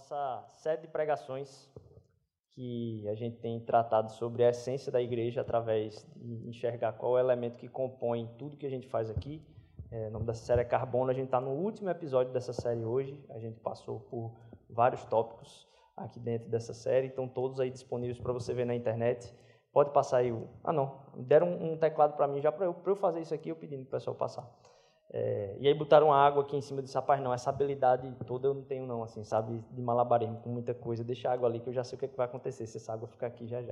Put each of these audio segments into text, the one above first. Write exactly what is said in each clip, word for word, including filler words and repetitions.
nossa série de pregações que a gente tem tratado sobre a essência da igreja através de enxergar qual é o elemento que compõe tudo que a gente faz aqui. É, o nome dessa série é Carbono. A gente está no último episódio dessa série hoje. A gente passou por vários tópicos aqui dentro dessa série, então todos aí disponíveis para você ver na internet. Pode passar aí o... Ah, não. Deram um, um teclado para mim já para eu, eu fazer isso aqui, eu pedindo para o pessoal passar. É, e aí botaram água aqui em cima, eu disse, rapaz, não, essa habilidade toda eu não tenho não, assim, sabe, de malabarismo com muita coisa, deixa a água ali que eu já sei o que, é que vai acontecer se essa água ficar aqui já já.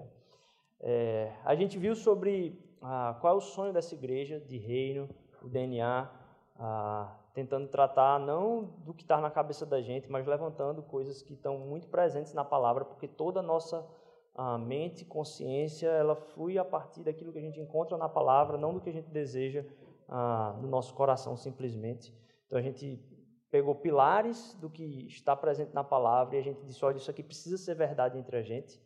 É, a gente viu sobre ah, qual é o sonho dessa igreja de reino, o D N A, ah, tentando tratar não do que está na cabeça da gente, mas levantando coisas que estão muito presentes na palavra, porque toda a nossa a mente, consciência, ela flui a partir daquilo que a gente encontra na palavra, não do que a gente deseja ah, no nosso coração simplesmente. Então a gente pegou pilares do que está presente na palavra e a gente disse, olha, isso aqui precisa ser verdade entre a gente.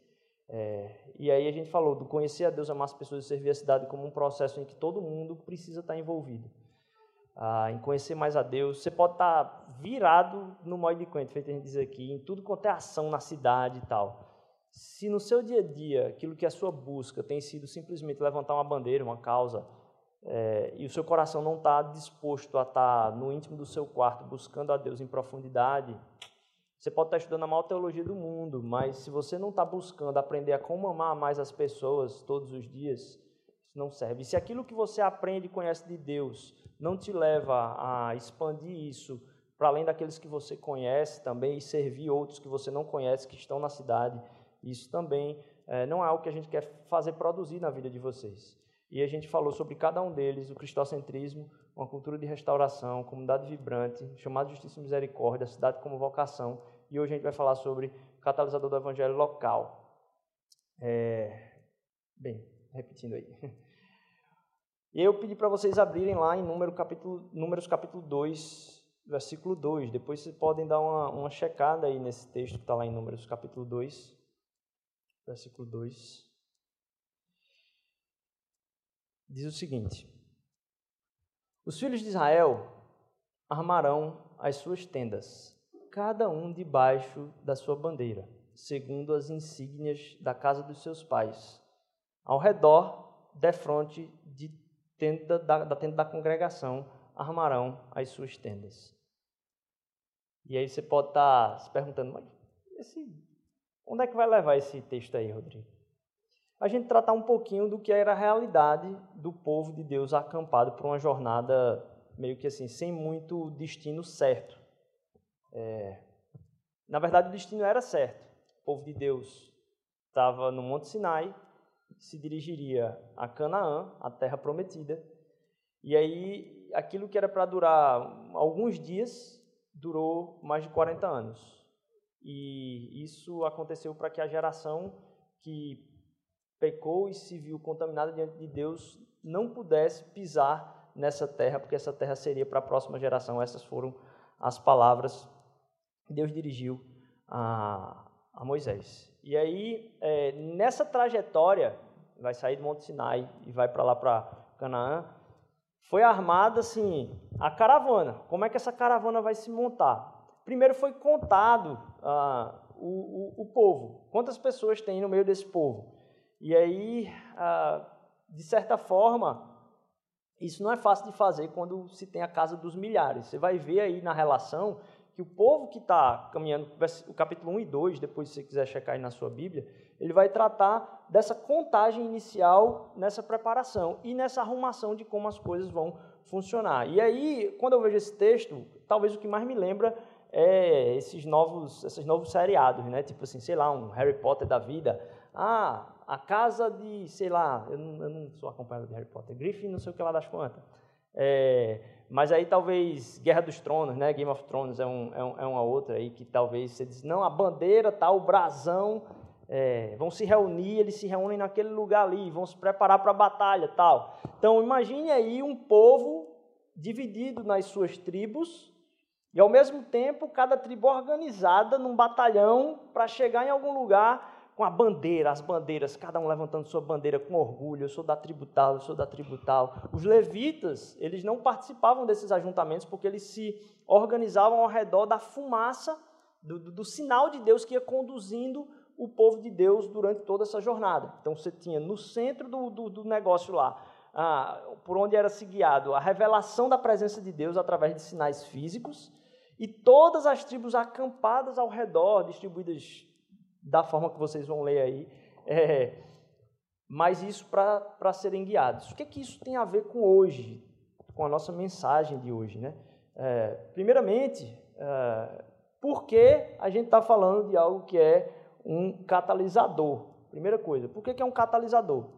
É, e aí a gente falou do conhecer a Deus, amar as pessoas e servir a cidade como um processo em que todo mundo precisa estar envolvido. Ah, em conhecer mais a Deus, você pode estar virado no molde de coentro, feito a gente diz aqui, em tudo quanto é ação na cidade e tal. Se no seu dia a dia, aquilo que é a sua busca tem sido simplesmente levantar uma bandeira, uma causa, é, e o seu coração não está disposto a estar no íntimo do seu quarto, buscando a Deus em profundidade, você pode estar estudando a maior teologia do mundo, mas se você não está buscando aprender a como amar mais as pessoas todos os dias, isso não serve. E se aquilo que você aprende e conhece de Deus não te leva a expandir isso para além daqueles que você conhece também e servir outros que você não conhece, que estão na cidade, isso também é, não é algo que a gente quer fazer produzir na vida de vocês. E a gente falou sobre cada um deles, o cristocentrismo, uma cultura de restauração, comunidade vibrante, chamado Justiça e Misericórdia, cidade como vocação. E hoje a gente vai falar sobre catalisador do evangelho local. É... Bem, repetindo aí. E eu pedi para vocês abrirem lá em Número, capítulo, Números capítulo dois, versículo dois. Depois vocês podem dar uma, uma checada aí nesse texto que está lá em Números capítulo dois. Versículo dois, diz o seguinte: os filhos de Israel armarão as suas tendas, cada um debaixo da sua bandeira, segundo as insígnias da casa dos seus pais, ao redor, defronte de tenda da, da tenda da congregação, armarão as suas tendas. E aí você pode estar se perguntando, mas esse... onde é que vai levar esse texto aí, Rodrigo? A gente tratar um pouquinho do que era a realidade do povo de Deus acampado por uma jornada meio que assim, sem muito destino certo. É... Na verdade, o destino era certo. O povo de Deus estava no Monte Sinai, se dirigiria a Canaã, a terra prometida, e aí aquilo que era para durar alguns dias, durou mais de quarenta anos. E isso aconteceu para que a geração que pecou e se viu contaminada diante de Deus não pudesse pisar nessa terra, porque essa terra seria para a próxima geração. Essas foram as palavras que Deus dirigiu a, a Moisés. E aí, é, nessa trajetória, vai sair do Monte Sinai e vai para lá para Canaã, foi armada assim, a caravana. Como é que essa caravana vai se montar? Primeiro foi contado ah, o, o, o povo, quantas pessoas tem no meio desse povo. E aí, ah, de certa forma, isso não é fácil de fazer quando se tem a casa dos milhares. Você vai ver aí na relação que o povo que está caminhando, o capítulo um e dois, depois se você quiser checar aí na sua Bíblia, ele vai tratar dessa contagem inicial, nessa preparação e nessa arrumação de como as coisas vão funcionar. E aí, quando eu vejo esse texto, talvez o que mais me lembra é esses novos, esses novos seriados, né? Tipo assim, sei lá, um Harry Potter da vida. Ah, a casa de, sei lá, eu não, eu não sou acompanhado de Harry Potter, Griffin, não sei o que lá das contas. É, mas aí talvez Guerra dos Tronos, né? Game of Thrones é, um, é, um, é uma outra aí que talvez você diz, não, a bandeira, tá, o brasão, é, vão se reunir, eles se reúnem naquele lugar ali, vão se preparar para a batalha, tal. Então imagine aí um povo dividido nas suas tribos, e, ao mesmo tempo, cada tribo organizada num batalhão para chegar em algum lugar com a bandeira, as bandeiras, cada um levantando sua bandeira com orgulho, eu sou da tribo tal, eu sou da tribo tal. Os levitas, eles não participavam desses ajuntamentos porque eles se organizavam ao redor da fumaça do, do, do sinal de Deus que ia conduzindo o povo de Deus durante toda essa jornada. Então, você tinha no centro do, do, do negócio lá, ah, por onde era se guiado, a revelação da presença de Deus através de sinais físicos, e todas as tribos acampadas ao redor, distribuídas da forma que vocês vão ler aí, é, mas isso para serem guiados. O que é que isso tem a ver com hoje, com a nossa mensagem de hoje, né? É, primeiramente, é, por que a gente está falando de algo que é um catalisador? Primeira coisa, por que, que é um catalisador?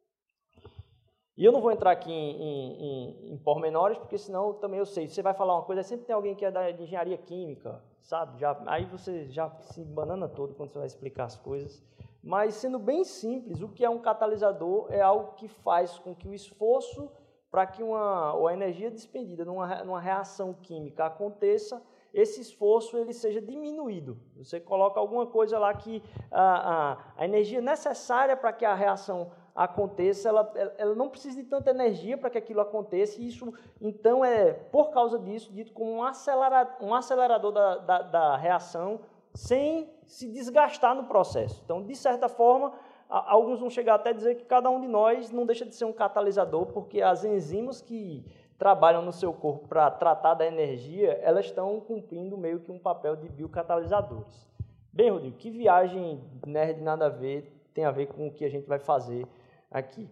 E eu não vou entrar aqui em, em, em, em pormenores, porque senão também eu sei, você vai falar uma coisa, sempre tem alguém que é da de engenharia química, sabe? Já, aí você já se banana todo quando você vai explicar as coisas. Mas, sendo bem simples, o que é um catalisador é algo que faz com que o esforço para que uma, ou a energia despendida numa, numa reação química aconteça, esse esforço ele seja diminuído. Você coloca alguma coisa lá que a, a, a energia necessária para que a reação aconteça, ela, ela não precisa de tanta energia para que aquilo aconteça, e isso, então, é, por causa disso, dito como um acelerador, um acelerador da, da, da reação, sem se desgastar no processo. Então, de certa forma, alguns vão chegar até a dizer que cada um de nós não deixa de ser um catalisador, porque as enzimas que trabalham no seu corpo para tratar da energia, elas estão cumprindo meio que um papel de biocatalisadores. Bem, Rodrigo, que viagem nerd nada a ver, tem a ver com o que a gente vai fazer aqui.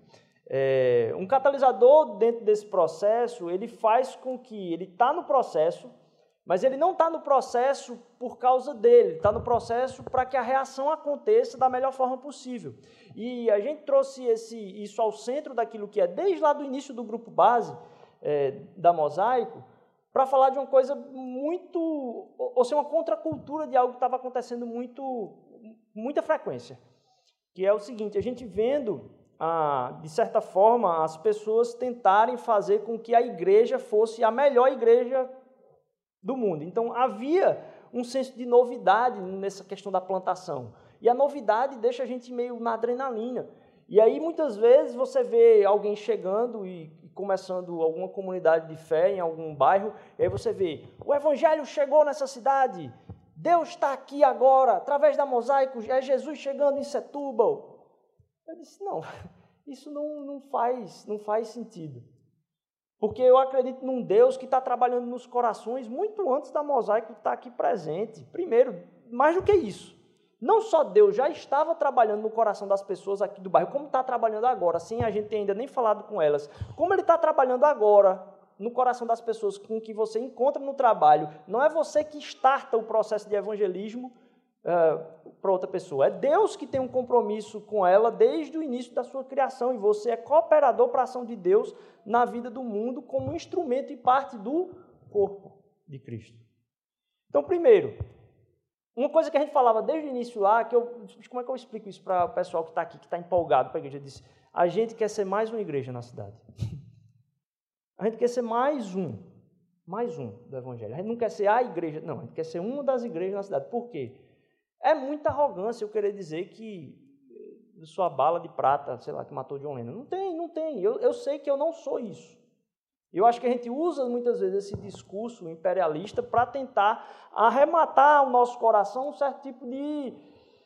É, um catalisador, dentro desse processo, ele faz com que ele está no processo, mas ele não está no processo por causa dele, está no processo para que a reação aconteça da melhor forma possível. E a gente trouxe esse, isso ao centro daquilo que é, desde lá do início do grupo base, é, da Mosaico, para falar de uma coisa muito, ou seja, uma contracultura de algo que estava acontecendo muito, muita frequência, que é o seguinte, a gente vendo, ah, de certa forma, as pessoas tentarem fazer com que a igreja fosse a melhor igreja do mundo. Então, havia um senso de novidade nessa questão da plantação. E a novidade deixa a gente meio na adrenalina. E aí, muitas vezes, você vê alguém chegando e, e começando alguma comunidade de fé em algum bairro, e aí você vê, o evangelho chegou nessa cidade, Deus está aqui agora, através da Mosaico, é Jesus chegando em Setúbal. Eu disse, não, isso não, não, faz, não faz sentido. Porque eu acredito num Deus que está trabalhando nos corações muito antes da Mosaico estar aqui presente. Primeiro, mais do que isso, não só Deus já estava trabalhando no coração das pessoas aqui do bairro, como está trabalhando agora, sem a gente ter ainda nem falado com elas, como Ele está trabalhando agora no coração das pessoas com que você encontra no trabalho. Não é você que starta o processo de evangelismo uh, para outra pessoa, é Deus que tem um compromisso com ela desde o início da sua criação, e você é cooperador para a ação de Deus na vida do mundo como um instrumento e parte do corpo de Cristo. Então, primeiro, uma coisa que a gente falava desde o início lá, que eu, como é que eu explico isso para o pessoal que está aqui, que está empolgado para a igreja? Eu disse, a gente quer ser mais uma igreja na cidade. A gente quer ser mais um, mais um do Evangelho. A gente não quer ser a igreja, não, a gente quer ser uma das igrejas na cidade. Por quê? É muita arrogância eu querer dizer que eu sou a bala de prata, sei lá, que matou John Lennon. Não tem, não tem. Eu, eu sei que eu não sou isso. Eu acho que a gente usa muitas vezes esse discurso imperialista para tentar arrematar o nosso coração um certo tipo de...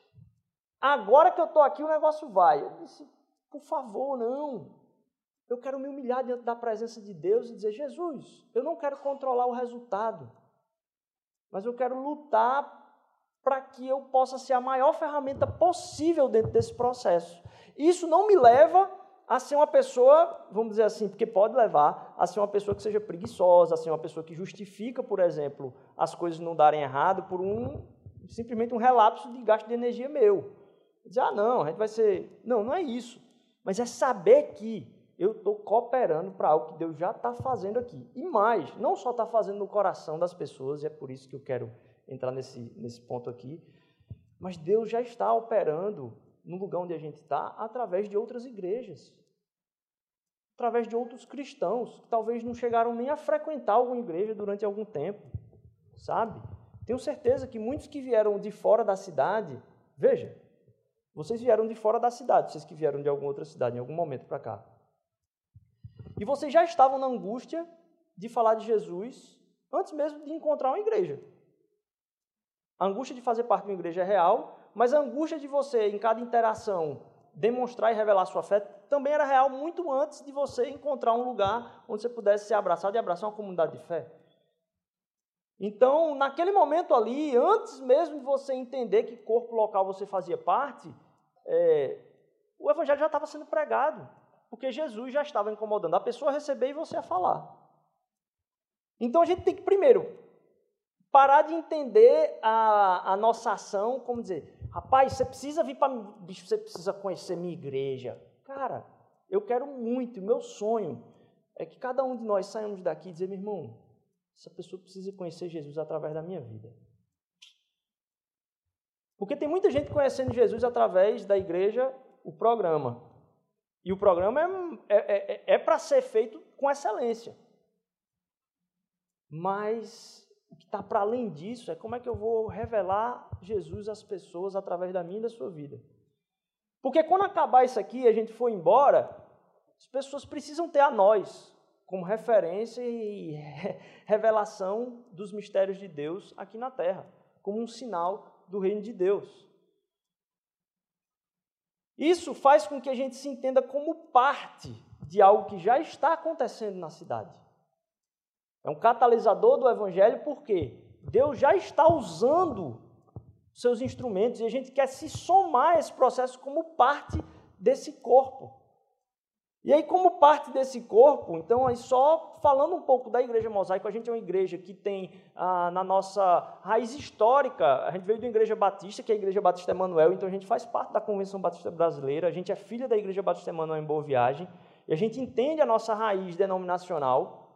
Agora que eu estou aqui, o negócio vai. Eu disse, por favor, não. Eu quero me humilhar diante da presença de Deus e dizer, Jesus, eu não quero controlar o resultado, mas eu quero lutar para que eu possa ser a maior ferramenta possível dentro desse processo. Isso não me leva a ser uma pessoa, vamos dizer assim, porque pode levar a ser uma pessoa que seja preguiçosa, a ser uma pessoa que justifica, por exemplo, as coisas não darem errado por um, simplesmente um relapso de gasto de energia meu. Dizer, ah, não, a gente vai ser... Não, não é isso. Mas é saber que eu estou cooperando para algo que Deus já está fazendo aqui. E mais, não só está fazendo no coração das pessoas, e é por isso que eu quero entrar nesse, nesse ponto aqui, mas Deus já está operando no lugar onde a gente está, através de outras igrejas, através de outros cristãos, que talvez não chegaram nem a frequentar alguma igreja durante algum tempo, sabe? Tenho certeza que muitos que vieram de fora da cidade, veja, vocês vieram de fora da cidade, vocês que vieram de alguma outra cidade, em algum momento para cá, e vocês já estavam na angústia de falar de Jesus antes mesmo de encontrar uma igreja. A angústia de fazer parte de uma igreja é real, mas a angústia de você, em cada interação, demonstrar e revelar sua fé, também era real muito antes de você encontrar um lugar onde você pudesse ser abraçado e abraçar uma comunidade de fé. Então, naquele momento ali, antes mesmo de você entender que corpo local você fazia parte, é, o evangelho já estava sendo pregado, porque Jesus já estava incomodando a pessoa a receber e você a falar. Então, a gente tem que, primeiro, parar de entender a, a nossa ação como dizer, rapaz, você precisa vir para... Bicho, você precisa conhecer minha igreja. Cara, eu quero muito, o meu sonho é que cada um de nós saímos daqui e dizer, meu irmão, essa pessoa precisa conhecer Jesus através da minha vida. Porque tem muita gente conhecendo Jesus através da igreja, o programa. E o programa é, é, é, é para ser feito com excelência. Mas o que está para além disso é como é que eu vou revelar Jesus às pessoas através da minha e da sua vida. Porque quando acabar isso aqui e a gente for embora, as pessoas precisam ter a nós como referência e revelação dos mistérios de Deus aqui na Terra, como um sinal do reino de Deus. Isso faz com que a gente se entenda como parte de algo que já está acontecendo na cidade. É um catalisador do evangelho porque Deus já está usando seus instrumentos e a gente quer se somar a esse processo como parte desse corpo. E aí, como parte desse corpo, então, aí só falando um pouco da Igreja Mosaico, a gente é uma igreja que tem, ah, na nossa raiz histórica, a gente veio da Igreja Batista, que é a Igreja Batista Emanuel, então a gente faz parte da Convenção Batista Brasileira, a gente é filha da Igreja Batista Emanuel em Boa Viagem, e a gente entende a nossa raiz denominacional,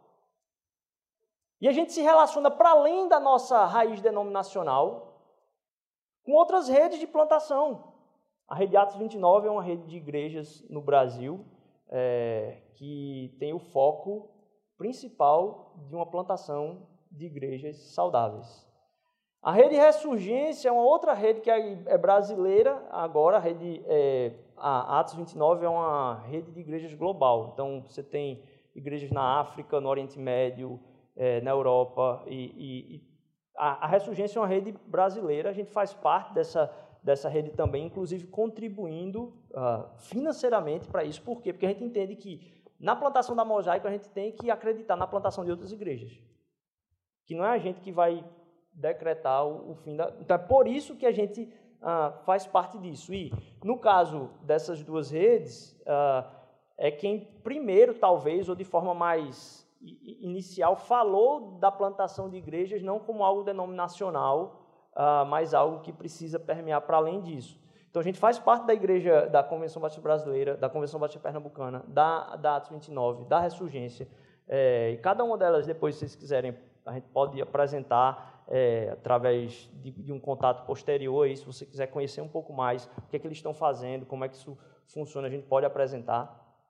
e a gente se relaciona para além da nossa raiz denominacional com outras redes de plantação. A Rede Atos vinte e nove é uma rede de igrejas no Brasil, É, que tem o foco principal de uma plantação de igrejas saudáveis. A Rede Ressurgência é uma outra rede que é brasileira, agora a Rede é, a Atos vinte e nove é uma rede de igrejas global. Então, você tem igrejas na África, no Oriente Médio, é, na Europa, e, e, e a, a Ressurgência é uma rede brasileira, a gente faz parte dessa dessa rede também, inclusive contribuindo uh, financeiramente para isso. Por quê? Porque a gente entende que na plantação da Mosaico a gente tem que acreditar na plantação de outras igrejas. Que não é a gente que vai decretar o, o fim da... Então é por isso que a gente uh, faz parte disso. E no caso dessas duas redes, uh, é quem primeiro, talvez, ou de forma mais inicial, falou da plantação de igrejas não como algo denominacional, Uh, mas algo que precisa permear para além disso. Então, a gente faz parte da igreja da Convenção Batista Brasileira, da Convenção Batista Pernambucana, da, da Atos vinte e nove, da Ressurgência, é, e cada uma delas, depois, se vocês quiserem, a gente pode apresentar é, através de, de um contato posterior aí, se você quiser conhecer um pouco mais o que é que eles estão fazendo, como é que isso funciona, a gente pode apresentar.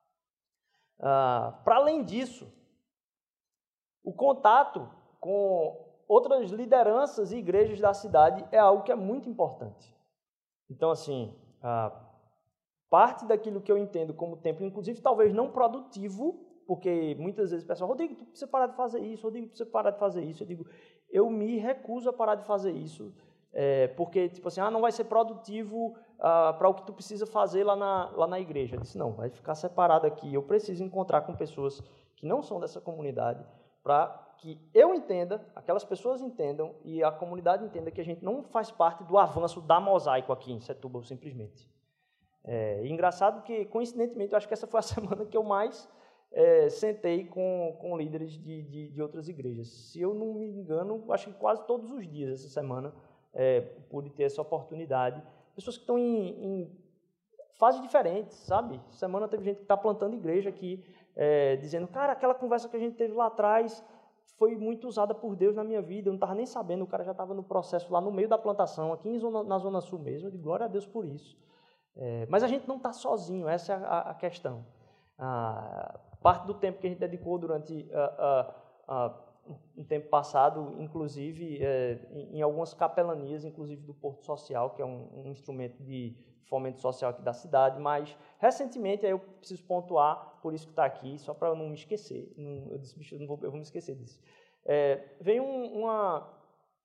Uh, para além disso, o contato com outras lideranças e igrejas da cidade é algo que é muito importante. Então, assim, a parte daquilo que eu entendo como tempo, inclusive talvez não produtivo, porque muitas vezes o pessoal, Rodrigo, tu precisa parar de fazer isso, Rodrigo, tu precisa parar de fazer isso. Eu digo, eu me recuso a parar de fazer isso, é, porque, tipo assim, ah, não vai ser produtivo ah, para o que tu precisa fazer lá na, lá na igreja. Eu disse, não, vai ficar separado aqui. Eu preciso encontrar com pessoas que não são dessa comunidade, para que eu entenda, aquelas pessoas entendam e a comunidade entenda que a gente não faz parte do avanço da Mosaico aqui em Setúbal, simplesmente. É engraçado que, coincidentemente, eu acho que essa foi a semana que eu mais é, sentei com, com líderes de, de, de outras igrejas. Se eu não me engano, acho que quase todos os dias essa semana é, pude ter essa oportunidade. Pessoas que estão em, em fases diferentes, sabe? Essa semana teve gente que está plantando igreja aqui, É, dizendo, cara, aquela conversa que a gente teve lá atrás foi muito usada por Deus na minha vida, eu não estava nem sabendo, o cara já estava no processo lá no meio da plantação, aqui em zona, na Zona Sul mesmo, eu digo, glória a Deus por isso. É, mas a gente não está sozinho, essa é a, a questão. Ah, parte do tempo que a gente dedicou durante ah, ah, ah, um tempo passado, inclusive é, em, em algumas capelanias, inclusive do Porto Social, que é um, um instrumento de fomento social aqui da cidade, mas recentemente, aí eu preciso pontuar, por isso que está aqui, só para eu não me esquecer, não, eu disse, bicho, eu, não vou, eu vou me esquecer disso. É, veio um, uma,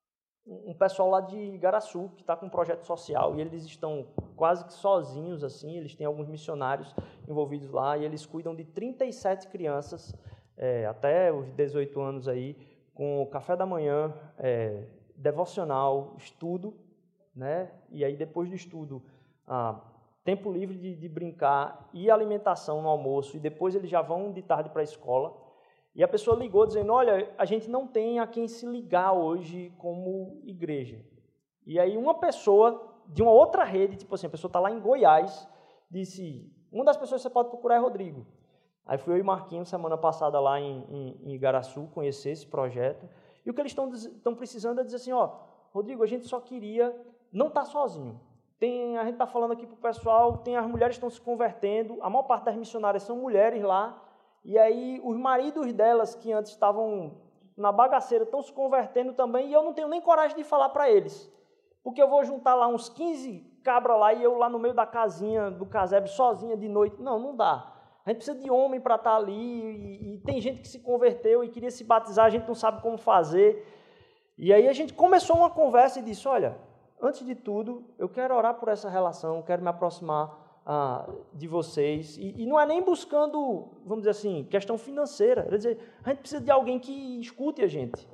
um pessoal lá de Igaraçu, que está com um projeto social, e eles estão quase que sozinhos, assim, eles têm alguns missionários envolvidos lá, e eles cuidam de trinta e sete crianças, é, até os dezoito anos aí, com café da manhã, é, devocional, estudo, né? E aí depois do estudo, ah, tempo livre de, de brincar e alimentação no almoço, e depois eles já vão de tarde para a escola. E a pessoa ligou dizendo, olha, a gente não tem a quem se ligar hoje como igreja. E aí uma pessoa de uma outra rede, tipo assim, a pessoa está lá em Goiás, disse, uma das pessoas que você pode procurar é Rodrigo. Aí fui eu e Marquinhos, semana passada, lá em, em, em Igaraçu, conhecer esse projeto. E o que eles estão precisando é dizer assim, ó, Rodrigo, a gente só queria não estar sozinho. Tem, a gente está falando aqui para o pessoal, tem as mulheres que estão se convertendo, a maior parte das missionárias são mulheres lá, e aí os maridos delas, que antes estavam na bagaceira, estão se convertendo também, e eu não tenho nem coragem de falar para eles, porque eu vou juntar lá uns quinze cabras lá, e eu lá no meio da casinha do casebre, sozinha de noite. Não, não dá. A gente precisa de homem para estar ali, e, e tem gente que se converteu e queria se batizar, a gente não sabe como fazer. E aí a gente começou uma conversa e disse, olha, antes de tudo, eu quero orar por essa relação, quero me aproximar ah, de vocês. E, e não é nem buscando, vamos dizer assim, questão financeira. Quer dizer, a gente precisa de alguém que escute a gente.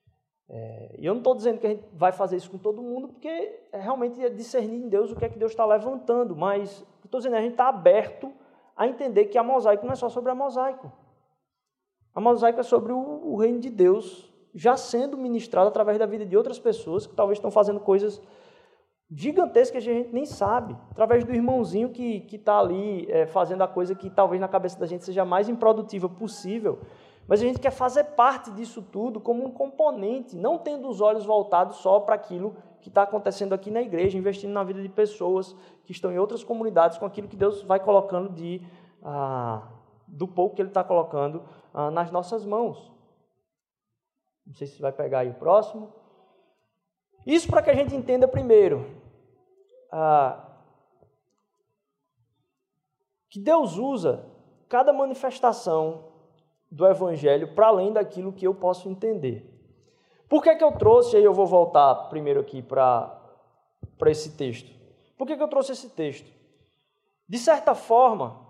É, e eu não estou dizendo que a gente vai fazer isso com todo mundo, porque é realmente é discernir em Deus o que é que Deus está levantando. Mas, estou dizendo, a gente está aberto a entender que a Mosaico não é só sobre a Mosaico. A Mosaico é sobre o, o reino de Deus já sendo ministrado através da vida de outras pessoas que talvez estão fazendo coisas gigantescas que a gente nem sabe. Através do irmãozinho que está ali é, fazendo a coisa que talvez na cabeça da gente seja a mais improdutiva possível. Mas a gente quer fazer parte disso tudo como um componente, não tendo os olhos voltados só para aquilo que está acontecendo aqui na igreja, investindo na vida de pessoas que estão em outras comunidades com aquilo que Deus vai colocando de, ah, do pouco que Ele está colocando ah, nas nossas mãos. Não sei se vai pegar aí o próximo. Isso para que a gente entenda primeiro ah, que Deus usa cada manifestação do Evangelho para além daquilo que eu posso entender. Por que que eu trouxe, aí eu vou voltar primeiro aqui para para esse texto. Por que que eu trouxe esse texto? De certa forma,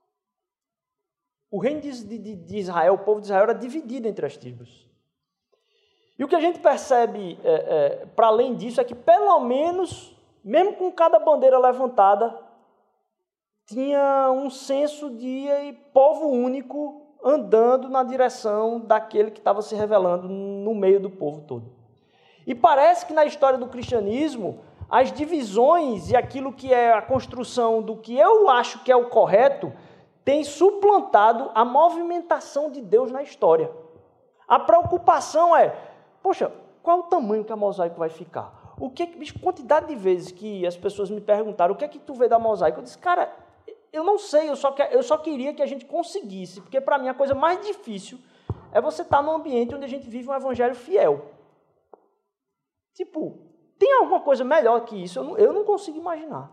o reino de, de, de Israel, o povo de Israel era dividido entre as tribos. E o que a gente percebe, é, é, para além disso, é que pelo menos, mesmo com cada bandeira levantada, tinha um senso de povo único andando na direção daquele que estava se revelando no meio do povo todo. E parece que na história do cristianismo, as divisões e aquilo que é a construção do que eu acho que é o correto, tem suplantado a movimentação de Deus na história. A preocupação é, poxa, qual é o tamanho que a Mosaico vai ficar? O que, quantidade de vezes que as pessoas me perguntaram, o que é que tu vê da Mosaico? Eu disse, cara, eu não sei, eu só, que, eu só queria que a gente conseguisse, porque para mim a coisa mais difícil é você estar num ambiente onde a gente vive um evangelho fiel. Tipo, tem alguma coisa melhor que isso? Eu não, eu não consigo imaginar.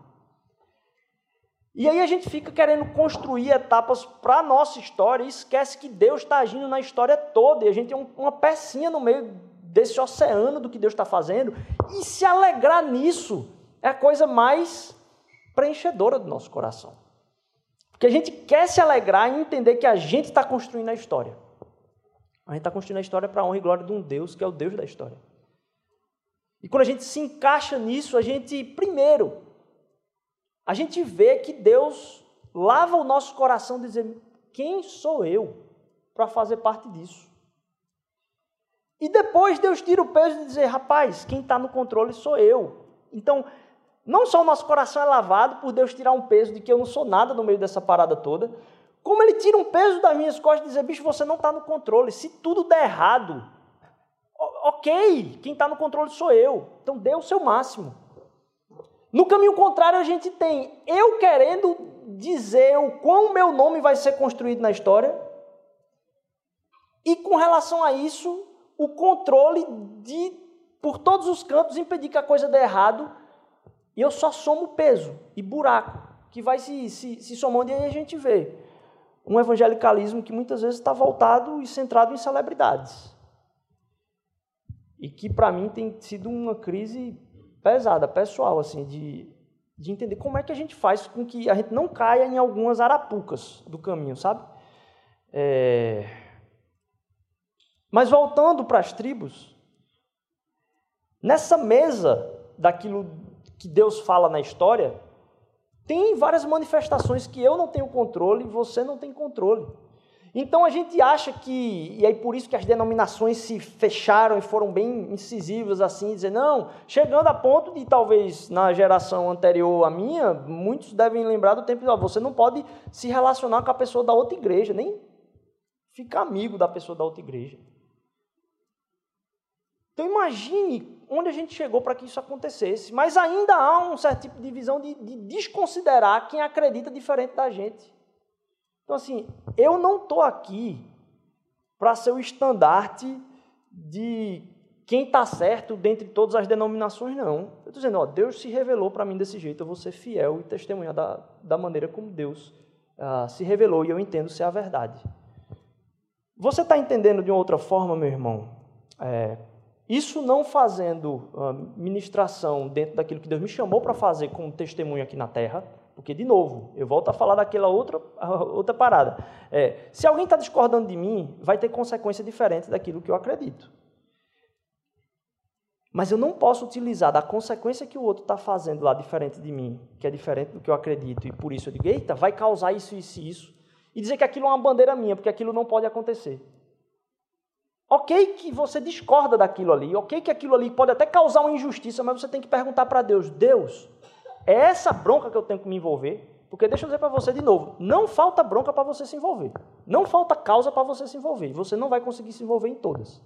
E aí a gente fica querendo construir etapas para a nossa história e esquece que Deus está agindo na história toda, e a gente é um, uma pecinha no meio desse oceano do que Deus está fazendo, e se alegrar nisso é a coisa mais preenchedora do nosso coração. Porque a gente quer se alegrar e entender que a gente está construindo a história. A gente está construindo a história para a honra e glória de um Deus que é o Deus da história. E quando a gente se encaixa nisso, a gente, primeiro, a gente vê que Deus lava o nosso coração dizendo, quem sou eu para fazer parte disso? E depois Deus tira o peso de dizer, rapaz, quem está no controle sou eu. Então, não só o nosso coração é lavado por Deus tirar um peso de que eu não sou nada no meio dessa parada toda, como Ele tira um peso das minhas costas e dizer, bicho, você não está no controle. Se tudo der errado, ok, quem está no controle sou eu. Então dê o seu máximo. No caminho contrário, a gente tem eu querendo dizer o quão meu nome vai ser construído na história, e com relação a isso, o controle de, por todos os cantos, impedir que a coisa dê errado, e eu só somo peso e buraco, que vai se, se, se somando, e aí a gente vê um evangelicalismo que muitas vezes está voltado e centrado em celebridades. E que para mim tem sido uma crise pesada, pessoal, assim, de, de entender como é que a gente faz com que a gente não caia em algumas arapucas do caminho, sabe? É... Mas voltando para as tribos, nessa mesa daquilo que Deus fala na história, tem várias manifestações que eu não tenho controle e você não tem controle. Então a gente acha que, e aí por isso que as denominações se fecharam e foram bem incisivas assim, dizer, não, chegando a ponto de talvez na geração anterior à minha, muitos devem lembrar do tempo de, ó, você não pode se relacionar com a pessoa da outra igreja, nem ficar amigo da pessoa da outra igreja. Então imagine onde a gente chegou para que isso acontecesse, mas ainda há um certo tipo de visão de, de desconsiderar quem acredita diferente da gente. Então, assim, eu não estou aqui para ser o estandarte de quem está certo dentre todas as denominações, não. Eu estou dizendo, ó, Deus se revelou para mim desse jeito, eu vou ser fiel e testemunhar da, da maneira como Deus uh, se revelou e eu entendo ser a verdade. Você está entendendo de uma outra forma, meu irmão? É, isso não fazendo uh, ministração dentro daquilo que Deus me chamou para fazer como testemunho aqui na terra, porque, de novo, eu volto a falar daquela outra, outra parada. É, se alguém está discordando de mim, vai ter consequência diferente daquilo que eu acredito. Mas eu não posso utilizar da consequência que o outro está fazendo lá diferente de mim, que é diferente do que eu acredito, e por isso eu digo, eita, vai causar isso, isso e isso, e dizer que aquilo é uma bandeira minha, porque aquilo não pode acontecer. Ok que você discorda daquilo ali, ok que aquilo ali pode até causar uma injustiça, mas você tem que perguntar para Deus, Deus, é essa bronca que eu tenho que me envolver? Porque deixa eu dizer para você de novo, não falta bronca para você se envolver. Não falta causa para você se envolver. Você não vai conseguir se envolver em todas.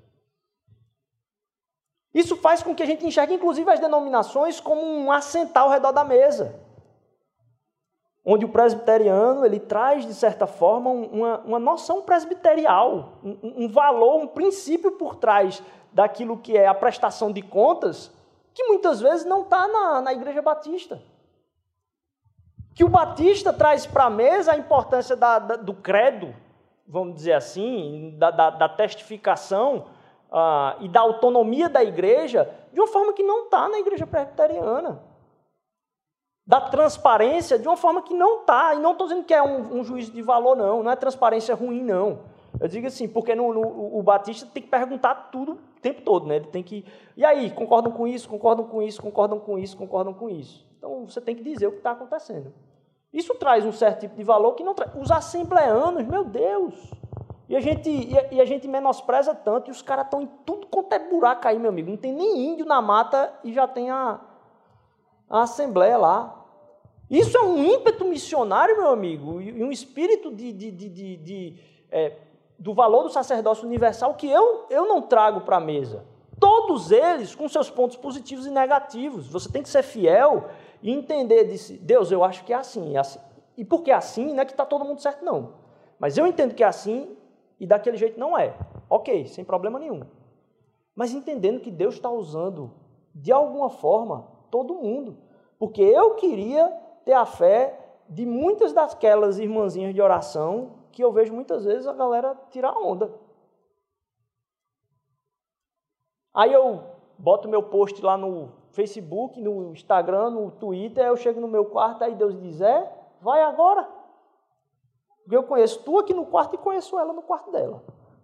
Isso faz com que a gente enxergue, inclusive, as denominações como um assentar ao redor da mesa. Onde o presbiteriano, ele traz, de certa forma, uma, uma noção presbiterial, um, um valor, um princípio por trás daquilo que é a prestação de contas, que muitas vezes não está na, na Igreja Batista. Que o Batista traz para a mesa a importância da, da, do credo, vamos dizer assim, da, da, da testificação uh, e da autonomia da igreja, de uma forma que não está na Igreja Presbiteriana. Da transparência, de uma forma que não está. E não estou dizendo que é um, um juízo de valor, não. Não é transparência ruim, não. Eu digo assim, porque no, no, o Batista tem que perguntar tudo o tempo todo, né? Ele tem que... E aí, concordam com isso, concordam com isso, concordam com isso, concordam com isso. Então, você tem que dizer o que está acontecendo. Isso traz um certo tipo de valor que não traz... Os assembleanos, meu Deus! E a gente, e a, e a gente menospreza tanto, e os caras estão em tudo quanto é buraco aí, meu amigo. Não tem nem índio na mata e já tem a, a assembleia lá. Isso é um ímpeto missionário, meu amigo, e um espírito de... de, de, de, de é, do valor do sacerdócio universal que eu, eu não trago para a mesa. Todos eles com seus pontos positivos e negativos. Você tem que ser fiel e entender, de, Deus, eu acho que é assim. É assim. E porque é assim, não é que está todo mundo certo, não. Mas eu entendo que é assim e daquele jeito não é. Ok, sem problema nenhum. Mas entendendo que Deus está usando, de alguma forma, todo mundo. Porque eu queria ter a fé de muitas daquelas irmãzinhas de oração que eu vejo muitas vezes a galera tirar onda. Aí eu boto meu post lá no Facebook, no Instagram, no Twitter, aí eu chego no meu quarto, aí Deus diz, é, vai agora. Porque eu conheço tu aqui no quarto e conheço ela no quarto dela.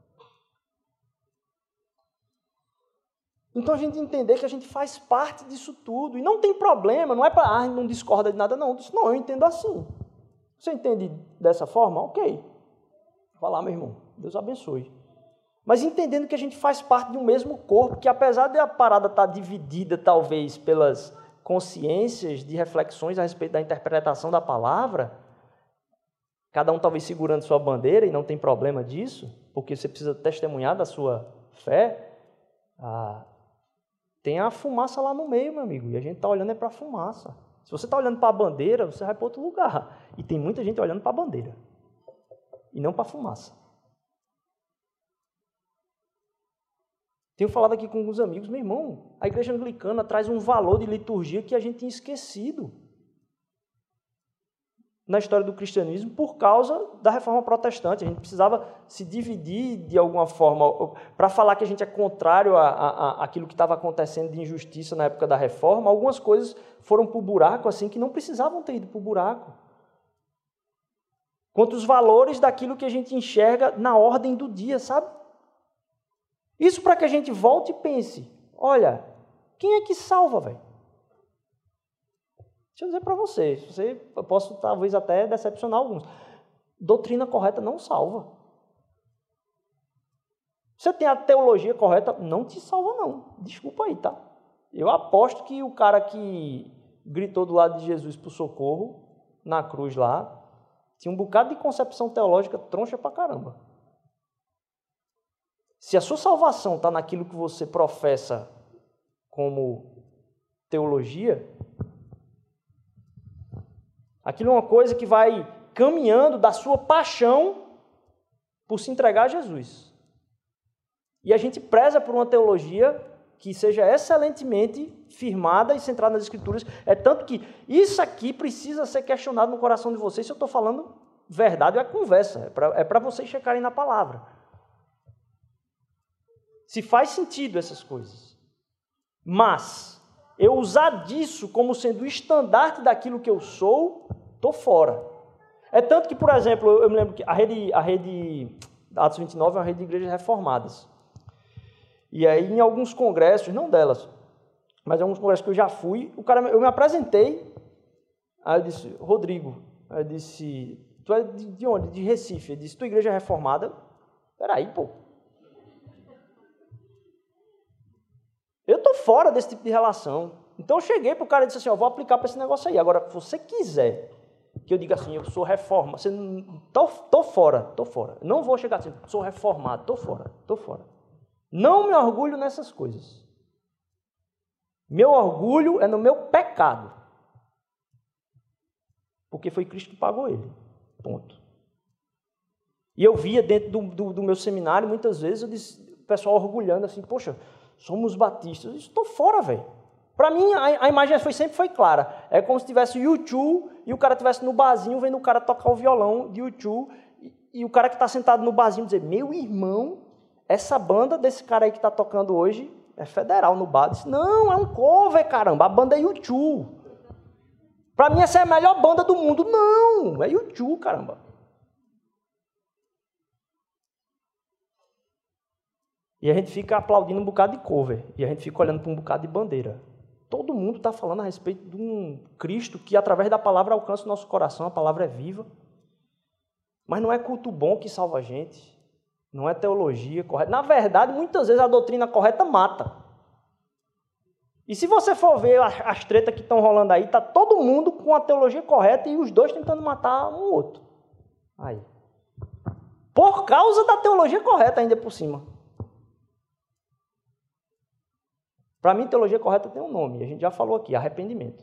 Então a gente entender que a gente faz parte disso tudo, e não tem problema, não é para, ah, não discorda de nada, não. Disso, não, eu entendo assim. Você entende dessa forma? Ok. Vai lá, meu irmão. Deus abençoe. Mas entendendo que a gente faz parte de um mesmo corpo, que apesar de a parada estar dividida, talvez, pelas consciências de reflexões a respeito da interpretação da palavra, cada um talvez segurando sua bandeira, e não tem problema disso, porque você precisa testemunhar da sua fé, ah, tem a fumaça lá no meio, meu amigo, e a gente está olhando é para a fumaça. Se você está olhando para a bandeira, você vai para outro lugar. E tem muita gente olhando para a bandeira, e não para a fumaça. Tenho falado aqui com alguns amigos, meu irmão, a igreja anglicana traz um valor de liturgia que a gente tinha esquecido. na história do cristianismo por causa da reforma protestante. A gente precisava se dividir de alguma forma. Para falar que a gente é contrário a, a, a aquilo que estava acontecendo de injustiça na época da reforma, algumas coisas foram para o buraco assim que não precisavam ter ido para o buraco. Quanto os valores daquilo que a gente enxerga na ordem do dia, sabe? Isso para que a gente volte e pense, olha, quem é que salva, velho? Deixa eu dizer para vocês, você, eu posso talvez até decepcionar alguns. Doutrina correta não salva. Você tem a teologia correta, não te salva não. Desculpa aí, tá? Eu aposto que o cara que gritou do lado de Jesus por socorro, na cruz lá, tinha um bocado de concepção teológica troncha pra caramba. Se a sua salvação está naquilo que você professa como teologia, aquilo é uma coisa que vai caminhando da sua paixão por se entregar a Jesus. E a gente preza por uma teologia que seja excelentemente firmada e centrada nas Escrituras. É tanto que isso aqui precisa ser questionado no coração de vocês. Se eu estou falando verdade, é conversa. É para vocês checarem na palavra. Se faz sentido essas coisas. Mas eu usar disso como sendo o estandarte daquilo que eu sou, estou fora. É tanto que, por exemplo, eu me lembro que a rede, a rede Atos vinte e nove é uma rede de igrejas reformadas. E aí, em alguns congressos, não delas, mas em alguns congressos que eu já fui, o cara, eu me apresentei, aí eu disse, Rodrigo, aí eu disse, tu é de, de onde? De Recife. Ele disse, tua igreja é reformada? Peraí, pô. Eu estou fora desse tipo de relação. Então eu cheguei para o cara e disse assim, eu vou aplicar para esse negócio aí. Agora, se você quiser que eu diga assim, eu sou reforma, você tô, tô fora, tô fora. Não vou chegar assim, sou reformado, tô fora, tô fora. Não me orgulho nessas coisas. Meu orgulho é no meu pecado. Porque foi Cristo que pagou ele. Ponto. E eu via dentro do, do, do meu seminário, muitas vezes, eu disse, o pessoal orgulhando assim, poxa, somos batistas. Eu disse, estou fora, velho. Para mim, a, a imagem foi, sempre foi clara. É como se tivesse o U dois e o cara estivesse no barzinho vendo o cara tocar o violão de U dois e, e o cara que está sentado no barzinho dizer, meu irmão, essa banda desse cara aí que está tocando hoje é federal no bar. Eu disse, não, é um cover, caramba, a banda é U dois. Para mim, essa é a melhor banda do mundo. Não, é U dois, caramba. E a gente fica aplaudindo um bocado de cover. E a gente fica olhando para um bocado de bandeira. Todo mundo está falando a respeito de um Cristo que, através da palavra, alcança o nosso coração. A palavra é viva. Mas não é culto bom que salva a gente. Não é teologia correta. Na verdade, muitas vezes a doutrina correta mata. E se você for ver as tretas que estão rolando aí, está todo mundo com a teologia correta e os dois tentando matar um ou outro. Aí. Por causa da teologia correta ainda por cima. Para mim, teologia correta tem um nome, a gente já falou aqui, arrependimento.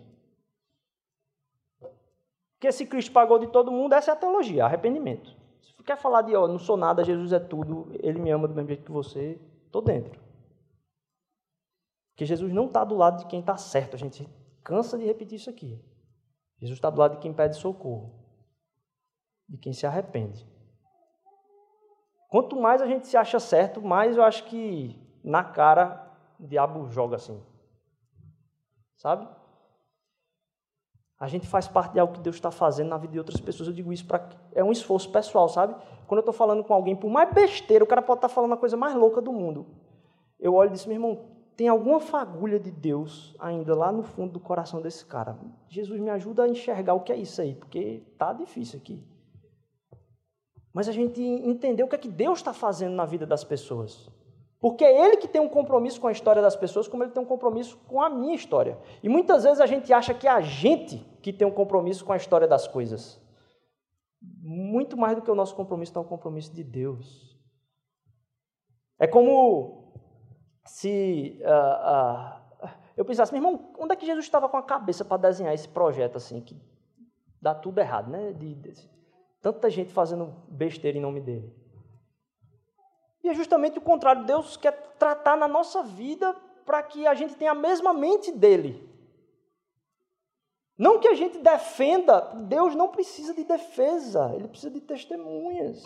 Porque se Cristo pagou de todo mundo, essa é a teologia, arrependimento. Se você quer falar de, ó, não sou nada, Jesus é tudo, Ele me ama do mesmo jeito que você, estou dentro. Porque Jesus não está do lado de quem está certo, a gente cansa de repetir isso aqui. Jesus está do lado de quem pede socorro, de quem se arrepende. Quanto mais a gente se acha certo, mais eu acho que na cara o diabo joga assim, sabe? A gente faz parte de algo que Deus está fazendo na vida de outras pessoas. Eu digo isso para é um esforço pessoal, sabe? Quando eu estou falando com alguém, por mais besteira, o cara pode estar falando a coisa mais louca do mundo. Eu olho e disse, meu irmão, tem alguma fagulha de Deus ainda lá no fundo do coração desse cara. Jesus, me ajuda a enxergar o que é isso aí, porque tá difícil aqui. Mas a gente entender o que é que Deus está fazendo na vida das pessoas. Porque é Ele que tem um compromisso com a história das pessoas, como Ele tem um compromisso com a minha história. E muitas vezes a gente acha que é a gente que tem um compromisso com a história das coisas. Muito mais do que o nosso compromisso é um compromisso de Deus. É como se uh, uh, eu pensasse, meu irmão, onde é que Jesus estava com a cabeça para desenhar esse projeto assim, que dá tudo errado, né? De, de, tanta gente fazendo besteira em nome dele. E é justamente o contrário. Deus quer tratar na nossa vida para que a gente tenha a mesma mente dele. Não que a gente defenda, Deus não precisa de defesa, Ele precisa de testemunhas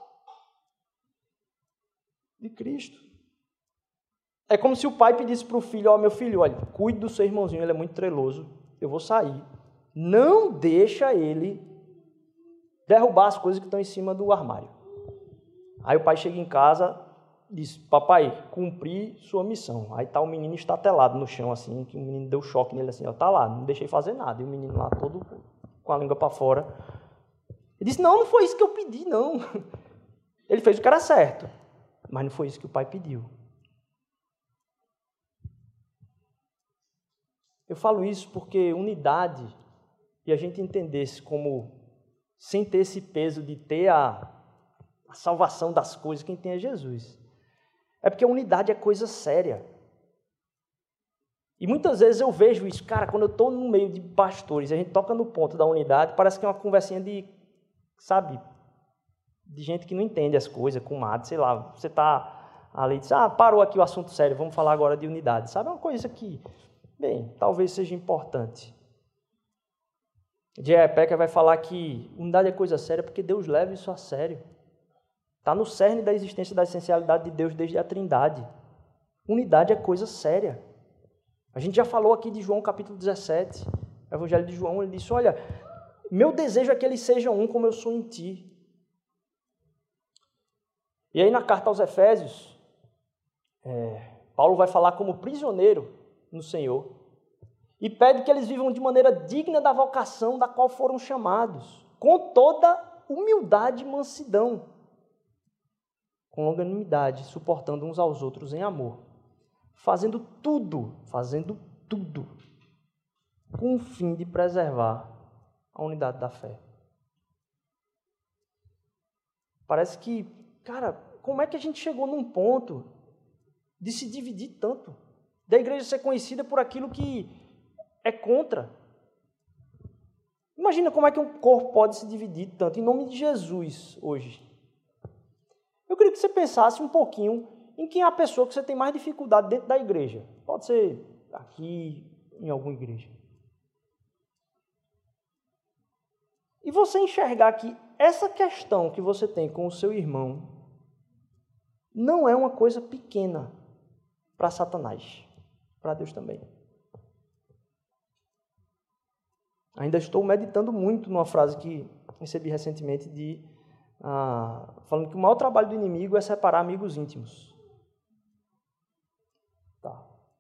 de Cristo. É como se o pai pedisse para o filho, ó, meu filho, olha, cuide do seu irmãozinho, ele é muito treloso, eu vou sair. Não deixa ele derrubar as coisas que estão em cima do armário. Aí o pai chega em casa, diz, papai, cumpri sua missão. Aí tá o menino estatelado no chão, assim, que o menino deu choque nele, assim, ó, tá lá, não deixei fazer nada. E o menino lá todo com a língua para fora. Ele disse, não, não foi isso que eu pedi, não. Ele fez o que era certo, mas não foi isso que o pai pediu. Eu falo isso porque unidade, e a gente entendesse como, sem ter esse peso de ter a, a salvação das coisas, quem tem é Jesus. É porque a unidade é coisa séria. E muitas vezes eu vejo isso, cara, quando eu estou no meio de pastores, a gente toca no ponto da unidade, parece que é uma conversinha de, sabe, de gente que não entende as coisas, com mato, sei lá, você está ali e diz, ah, parou aqui o assunto sério, vamos falar agora de unidade. Sabe, é uma coisa que, bem, talvez seja importante. J E. Packer vai falar que unidade é coisa séria porque Deus leva isso a sério. Está no cerne da existência da essencialidade de Deus desde a Trindade. Unidade é coisa séria. A gente já falou aqui de João capítulo dezessete, o Evangelho de João, ele disse, olha, meu desejo é que eles sejam um como eu sou em ti. E aí na carta aos Efésios, é, Paulo vai falar como prisioneiro no Senhor e pede que eles vivam de maneira digna da vocação da qual foram chamados, com toda humildade e mansidão, com longanimidade, suportando uns aos outros em amor, fazendo tudo, fazendo tudo, com o fim de preservar a unidade da fé. Parece que, cara, como é que a gente chegou num ponto de se dividir tanto? Da igreja ser conhecida por aquilo que é contra. Imagina como é que um corpo pode se dividir tanto, em nome de Jesus, hoje. Eu queria que você pensasse um pouquinho em quem é a pessoa que você tem mais dificuldade dentro da igreja. Pode ser aqui, em alguma igreja. E você enxergar que essa questão que você tem com o seu irmão não é uma coisa pequena para Satanás, para Deus também. Ainda estou meditando muito numa frase que recebi recentemente de ah, falando que o maior trabalho do inimigo é separar amigos íntimos. Tá.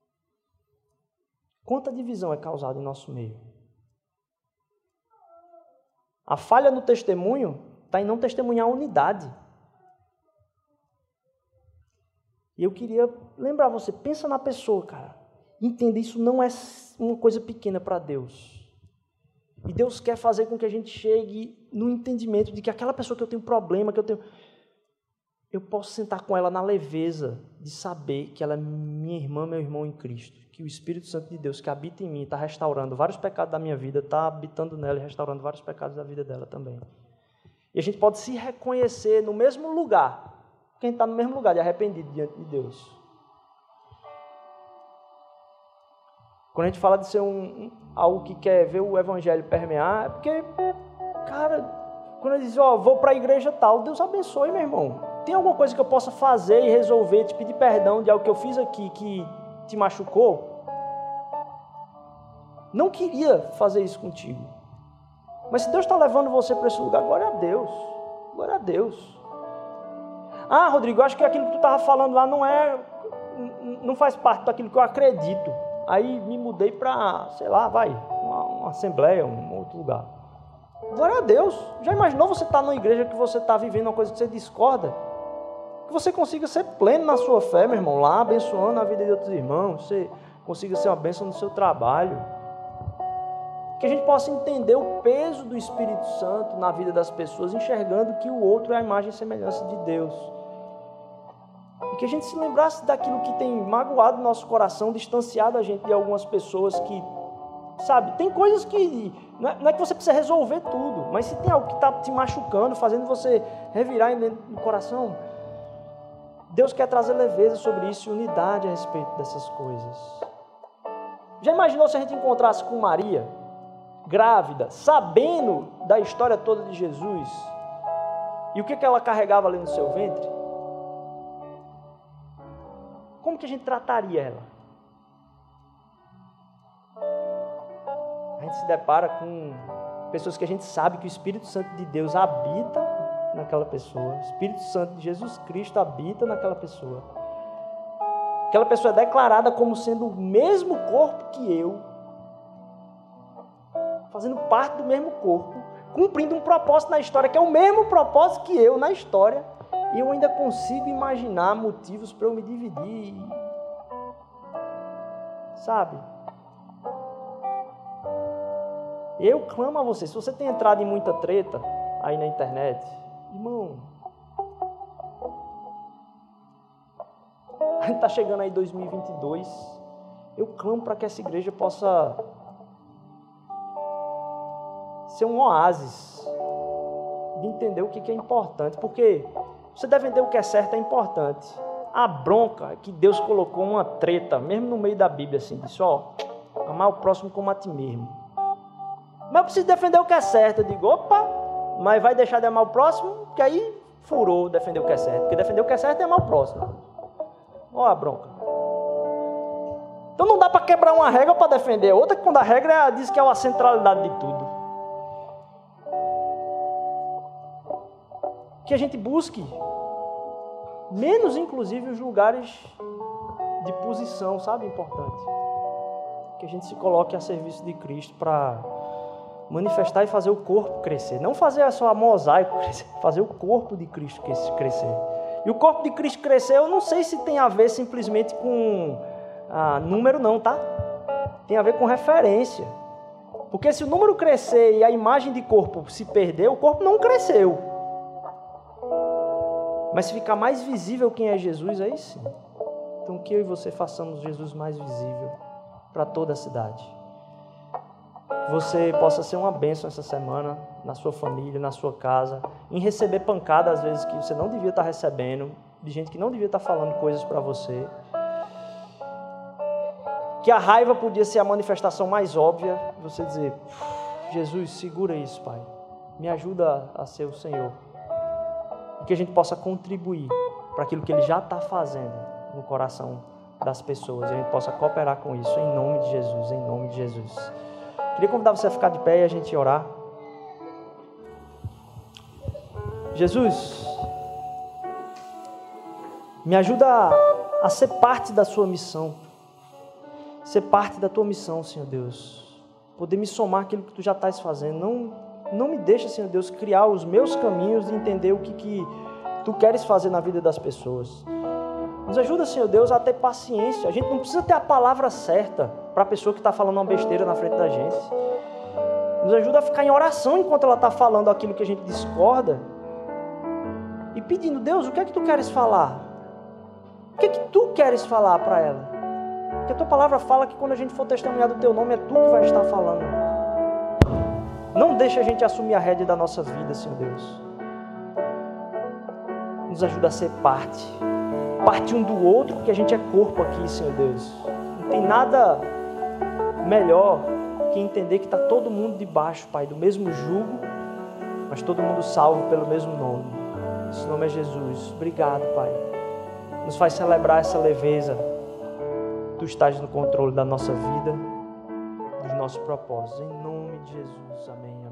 Quanta divisão é causada em nosso meio? A falha no testemunho está em não testemunhar a unidade. E eu queria lembrar você, pensa na pessoa, cara. Entenda, isso não é uma coisa pequena para Deus. E Deus quer fazer com que a gente chegue no entendimento de que aquela pessoa que eu tenho problema, que eu tenho... Eu posso sentar com ela na leveza de saber que ela é minha irmã, meu irmão em Cristo. Que o Espírito Santo de Deus que habita em mim está restaurando vários pecados da minha vida, está habitando nela e restaurando vários pecados da vida dela também. E a gente pode se reconhecer no mesmo lugar, porque a gente está no mesmo lugar de arrependido diante de Deus. Quando a gente fala de ser um, um, algo que quer ver o Evangelho permear, é porque, cara, quando ele diz, ó, vou para a igreja tal, Deus abençoe, meu irmão. Tem alguma coisa que eu possa fazer e resolver, te pedir perdão de algo que eu fiz aqui que te machucou? Não queria fazer isso contigo. Mas se Deus está levando você para esse lugar, glória a Deus. Glória a Deus. Ah, Rodrigo, eu acho que aquilo que tu estava falando lá não é, não faz parte daquilo que eu acredito. Aí me mudei para, sei lá, vai, uma, uma assembleia, um outro lugar. Glória a Deus. Já imaginou você estar numa igreja que você está vivendo uma coisa que você discorda? Que você consiga ser pleno na sua fé, meu irmão, lá abençoando a vida de outros irmãos, você consiga ser uma bênção no seu trabalho. Que a gente possa entender o peso do Espírito Santo na vida das pessoas, enxergando que o outro é a imagem e semelhança de Deus. E que a gente se lembrasse daquilo que tem magoado nosso coração, distanciado a gente de algumas pessoas que, sabe, tem coisas que, não é, não é que você precisa resolver tudo, mas se tem algo que está te machucando, fazendo você revirar dentro do coração, Deus quer trazer leveza sobre isso e unidade a respeito dessas coisas. Já imaginou se a gente encontrasse com Maria? grávida, sabendo da história toda de Jesus, e o que, que ela carregava ali no seu ventre, como que a gente trataria ela? A gente se depara com pessoas que a gente sabe que o Espírito Santo de Deus habita naquela pessoa, o Espírito Santo de Jesus Cristo habita naquela pessoa. Aquela pessoa é declarada como sendo o mesmo corpo que eu, fazendo parte do mesmo corpo, cumprindo um propósito na história, que é o mesmo propósito que eu na história, e eu ainda consigo imaginar motivos para eu me dividir. Sabe? Eu clamo a você, se você tem entrado em muita treta aí na internet, irmão, a gente está chegando aí dois mil e vinte e dois, eu clamo para que essa igreja possa ser um oásis de entender o que é importante, porque você defender o que é certo é importante. A bronca é que Deus colocou uma treta, mesmo no meio da Bíblia, assim, disse, ó, amar o próximo como a ti mesmo. Mas eu preciso defender o que é certo. Eu digo, opa, mas vai deixar de amar o próximo? Porque aí furou defender o que é certo. Porque defender o que é certo é amar o próximo. Olha a bronca. Então não dá para quebrar uma regra para defender outra, que quando a regra diz que é a centralidade de tudo. Que a gente busque menos, inclusive, os lugares de posição, sabe? Importante. Que a gente se coloque a serviço de Cristo para manifestar e fazer o corpo crescer. Não fazer só a mosaico crescer, fazer o corpo de Cristo crescer. E o corpo de Cristo crescer, eu não sei se tem a ver simplesmente com ah, número não, tá? Tem a ver com referência. Porque se o número crescer e a imagem de corpo se perder, o corpo não cresceu. Mas se ficar mais visível quem é Jesus, aí sim. Então que eu e você façamos Jesus mais visível para toda a cidade. Que você possa ser uma bênção essa semana, na sua família, na sua casa, em receber pancada às vezes que você não devia estar recebendo, de gente que não devia estar falando coisas para você. Que a raiva podia ser a manifestação mais óbvia, você dizer, Jesus, segura isso, Pai. Me ajuda a ser o Senhor. E que a gente possa contribuir para aquilo que Ele já está fazendo no coração das pessoas. E a gente possa cooperar com isso, em nome de Jesus, em nome de Jesus. Queria convidar você a ficar de pé e a gente orar. Jesus, me ajuda a, a ser parte da sua missão. Ser parte da tua missão, Senhor Deus. Poder me somar aquilo que tu já estás fazendo. Não, não me deixa, Senhor Deus, criar os meus caminhos e entender o que, que tu queres fazer na vida das pessoas. Nos ajuda, Senhor Deus, a ter paciência. A gente não precisa ter a palavra certa para a pessoa que está falando uma besteira na frente da gente. Nos ajuda a ficar em oração enquanto ela está falando aquilo que a gente discorda. E pedindo, Deus, o que é que tu queres falar? O que é que tu queres falar para ela? Porque a tua palavra fala que quando a gente for testemunhar do teu nome, é tu que vai estar falando. Não deixa a gente assumir a rédea da nossa vida, Senhor Deus. Nos ajuda a ser parte. Parte um do outro, porque a gente é corpo aqui, Senhor Deus. Não tem nada melhor que entender que está todo mundo debaixo, Pai, do mesmo jugo, mas todo mundo salvo pelo mesmo nome. Esse nome é Jesus. Obrigado, Pai. Nos faz celebrar essa leveza. Tu estás no controle da nossa vida, dos nossos propósitos. Em nome de Jesus. Amém.